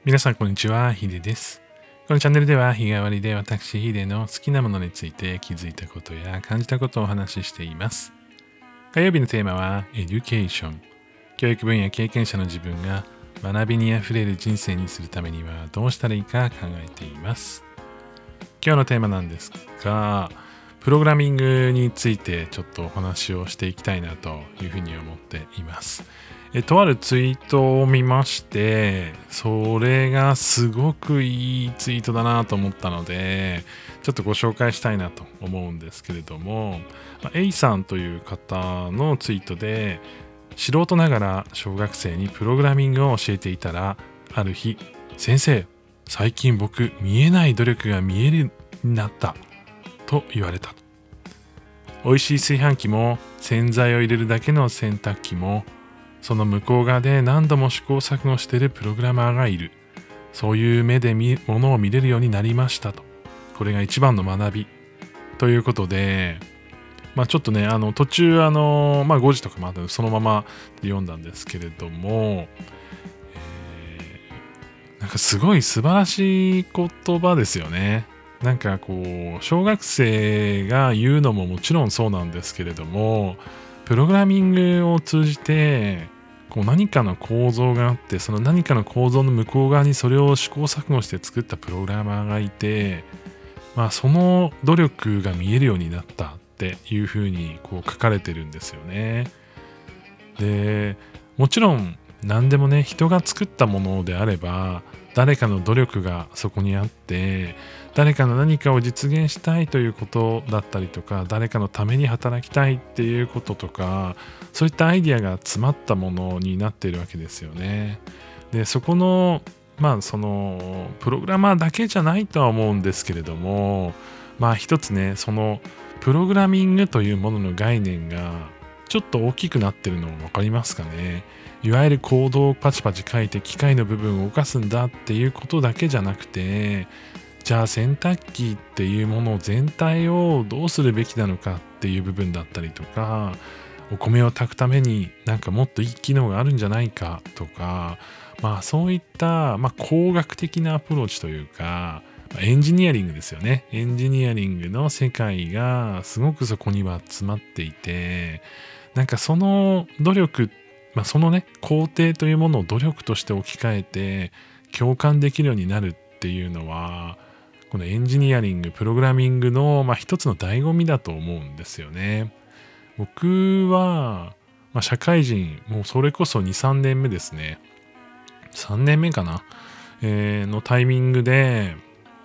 皆さんこんにちは、ヒデです。このチャンネルでは日替わりで私ヒデの好きなものについて気づいたことや感じたことをお話ししています。火曜日のテーマはエデュケーション。教育分野経験者の自分が学びにあふれる人生にするためにはどうしたらいいか考えています。今日のテーマなんですが、プログラミングについてちょっとお話をしていきたいなというふうに思っています。とあるツイートを見まして、それがすごくいいツイートだなと思ったので、ちょっとご紹介したいなと思うんですけれども、A さんという方のツイートで、素人ながら小学生にプログラミングを教えていたら、ある日、先生、最近僕見えない努力が見えるようになったと言われた。美味しい炊飯器も洗剤を入れるだけの洗濯機もその向こう側で何度も試行錯誤しているプログラマーがいる。そういう目でものを見れるようになりましたと。これが一番の学び。ということで、ちょっとね、途中5時とかまでそのまま読んだんですけれども、なんかすごい素晴らしい言葉ですよね。なんかこう、小学生が言うのももちろんそうなんですけれども、プログラミングを通じて、こう何かの構造があって、その何かの構造の向こう側にそれを試行錯誤して作ったプログラマーがいて、その努力が見えるようになったっていうふうにこう書かれてるんですよね。で、もちろん何でもね、人が作ったものであれば、誰かの努力がそこにあって、誰かの何かを実現したいということだったりとか、誰かのために働きたいっていうこととか、そういったアイディアが詰まったものになっているわけですよね。で、そこの、その、プログラマーだけじゃないとは思うんですけれども、一つね、その、プログラミングというものの概念が、ちょっと大きくなってるの分かりますかね。いわゆるコードをパチパチ書いて機械の部分を動かすんだっていうことだけじゃなくて、じゃあ洗濯機っていうもの全体をどうするべきなのかっていう部分だったりとか、お米を炊くためになんかもっといい機能があるんじゃないかとか、そういった、工学的なアプローチというか、エンジニアリングですよね。エンジニアリングの世界がすごくそこには詰まっていて、なんかその努力、そのね、工程というものを努力として置き換えて共感できるようになるっていうのは、このエンジニアリング、プログラミングの、一つの醍醐味だと思うんですよね。僕は、社会人、もうそれこそ2、3年目ですね。3年目かな、のタイミングで、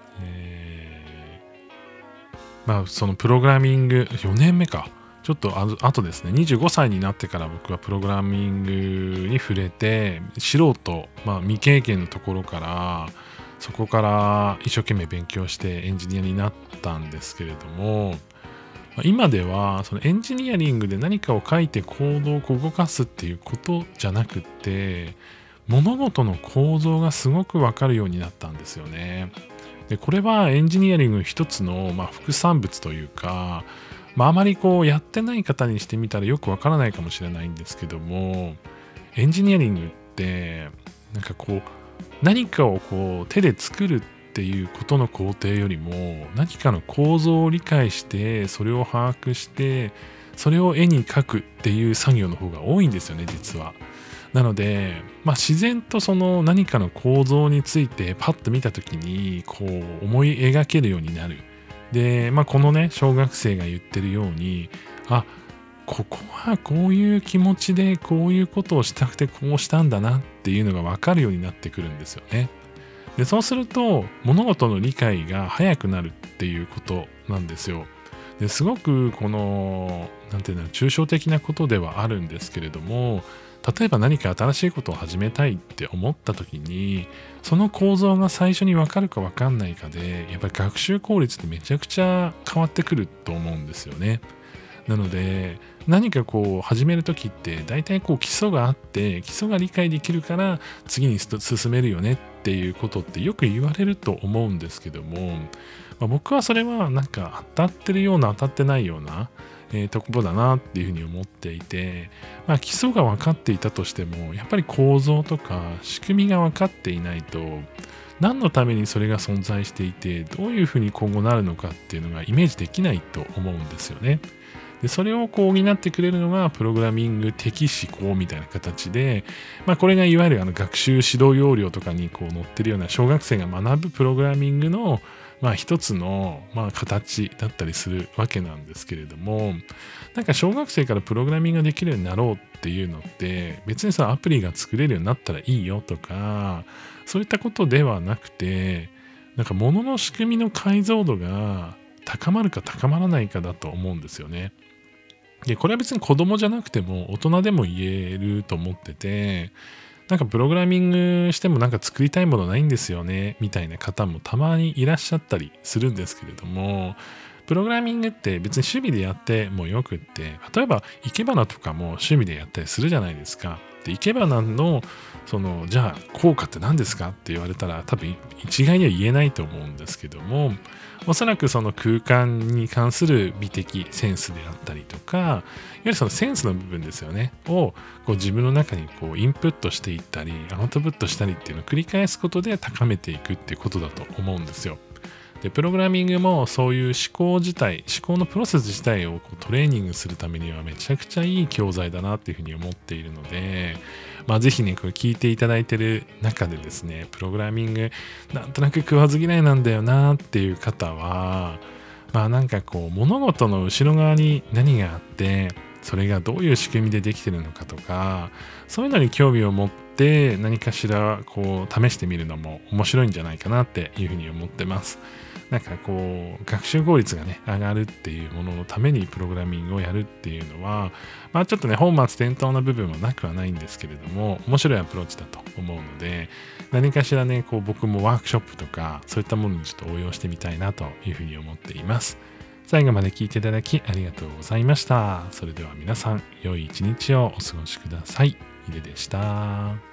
そのプログラミング、4年目か。ちょっと後ですね、25歳になってから僕はプログラミングに触れて、素人、未経験のところから、そこから一生懸命勉強してエンジニアになったんですけれども、今ではそのエンジニアリングで何かを書いてコードを動かすっていうことじゃなくって、物事の構造がすごくわかるようになったんですよね。で、これはエンジニアリング一つの、副産物というか、あまりこうやってない方にしてみたらよくわからないかもしれないんですけども、エンジニアリングってなんかこう何かをこう手で作るっていうことの工程よりも、何かの構造を理解してそれを把握してそれを絵に描くっていう作業の方が多いんですよね、実は。なので、自然とその何かの構造についてパッと見た時にこう思い描けるようになる。で、このね、小学生が言ってるように、ここはこういう気持ちでこういうことをしたくてこうしたんだなっていうのが分かるようになってくるんですよね。で、そうすると物事の理解が早くなるっていうことなんですよ。ですごくこの、なんていうの、抽象的なことではあるんですけれども、例えば何か新しいことを始めたいって思った時に、その構造が最初に分かるか分かんないかで、やっぱり学習効率ってめちゃくちゃ変わってくると思うんですよね。なので、何かこう始める時って大体こう基礎があって、基礎が理解できるから次に進めるよねっていうことってよく言われると思うんですけども、僕はそれはなんか当たってるような当たってないような、 ところだなっていうふうに思っていて、基礎が分かっていたとしても、やっぱり構造とか仕組みが分かっていないと、何のためにそれが存在していて、どういうふうに今後なるのかっていうのがイメージできないと思うんですよね。でそれを補ってくれるのがプログラミング的思考みたいな形で、これがいわゆる学習指導要領とかに載ってるような小学生が学ぶプログラミングの一つの形だったりするわけなんですけれども、なんか小学生からプログラミングができるようになろうっていうのって別にアプリが作れるようになったらいいよとかそういったことではなくて、なんか物の仕組みの解像度が高まるか高まらないかだと思うんですよね。で、これは別に子供じゃなくても大人でも言えると思ってて、なんかプログラミングしてもなんか作りたいものないんですよね、みたいな方もたまにいらっしゃったりするんですけれども、プログラミングって別に趣味でやってもよくって、例えば生け花とかも趣味でやったりするじゃないですか。で、生け花のじゃあ効果って何ですかって言われたら多分一概には言えないと思うんですけども、おそらくその空間に関する美的センスであったりとか、いわゆるそのセンスの部分ですよね、を自分の中にインプットしていったり、アウトプットしたりっていうのを繰り返すことで高めていくっていうことだと思うんですよ。で、プログラミングもそういう思考のプロセス自体をトレーニングするためにはめちゃくちゃいい教材だなっていうふうに思っているので、ぜひね、これ聞いていただいてる中でですね、プログラミングなんとなく食わず嫌いなんだよなっていう方は、なんか物事の後ろ側に何があって、それがどういう仕組みでできてるのかとか、そういうのに興味を持って何かしら試してみるのも面白いんじゃないかなっていうふうに思ってます。なんか学習効率がね、上がるっていうもののためにプログラミングをやるっていうのは、ちょっとね、本末転倒な部分はなくはないんですけれども、面白いアプローチだと思うので、何かしらね、僕もワークショップとか、そういったものにちょっと応用してみたいなというふうに思っています。最後まで聞いていただきありがとうございました。それでは皆さん、良い一日をお過ごしください。ヒデでした。